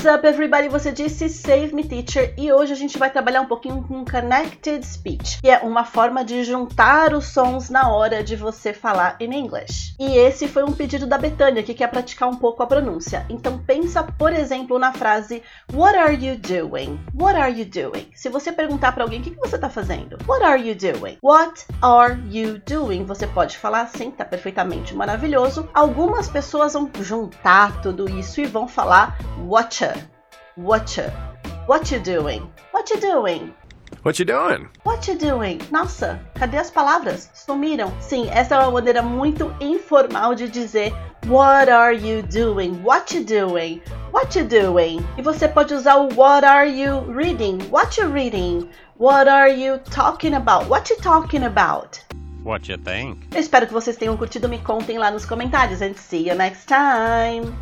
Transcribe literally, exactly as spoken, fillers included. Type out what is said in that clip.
What's up, everybody? Você disse Save Me Teacher e hoje a gente vai trabalhar um pouquinho com Connected Speech, que é uma forma de juntar os sons na hora de você falar em inglês. E esse foi um pedido da Betânia, que quer praticar um pouco a pronúncia. Então pensa, por exemplo, na frase What are you doing? What are you doing? Se você perguntar para alguém, o que, que você está fazendo? What are you doing? What are you doing? Você pode falar assim, tá perfeitamente maravilhoso. Algumas pessoas vão juntar tudo isso e vão falar Whatcha, whatcha, what you doing? What you doing? What you doing? What you doing? Nossa, cadê as palavras? Sumiram. Sim, essa é uma maneira muito informal de dizer What are you doing? What you doing? What you doing? E você pode usar o What are you reading? What you reading? What are you talking about? What you talking about? What you think? Eu espero que vocês tenham curtido. Me contem lá nos comentários. And see you next time!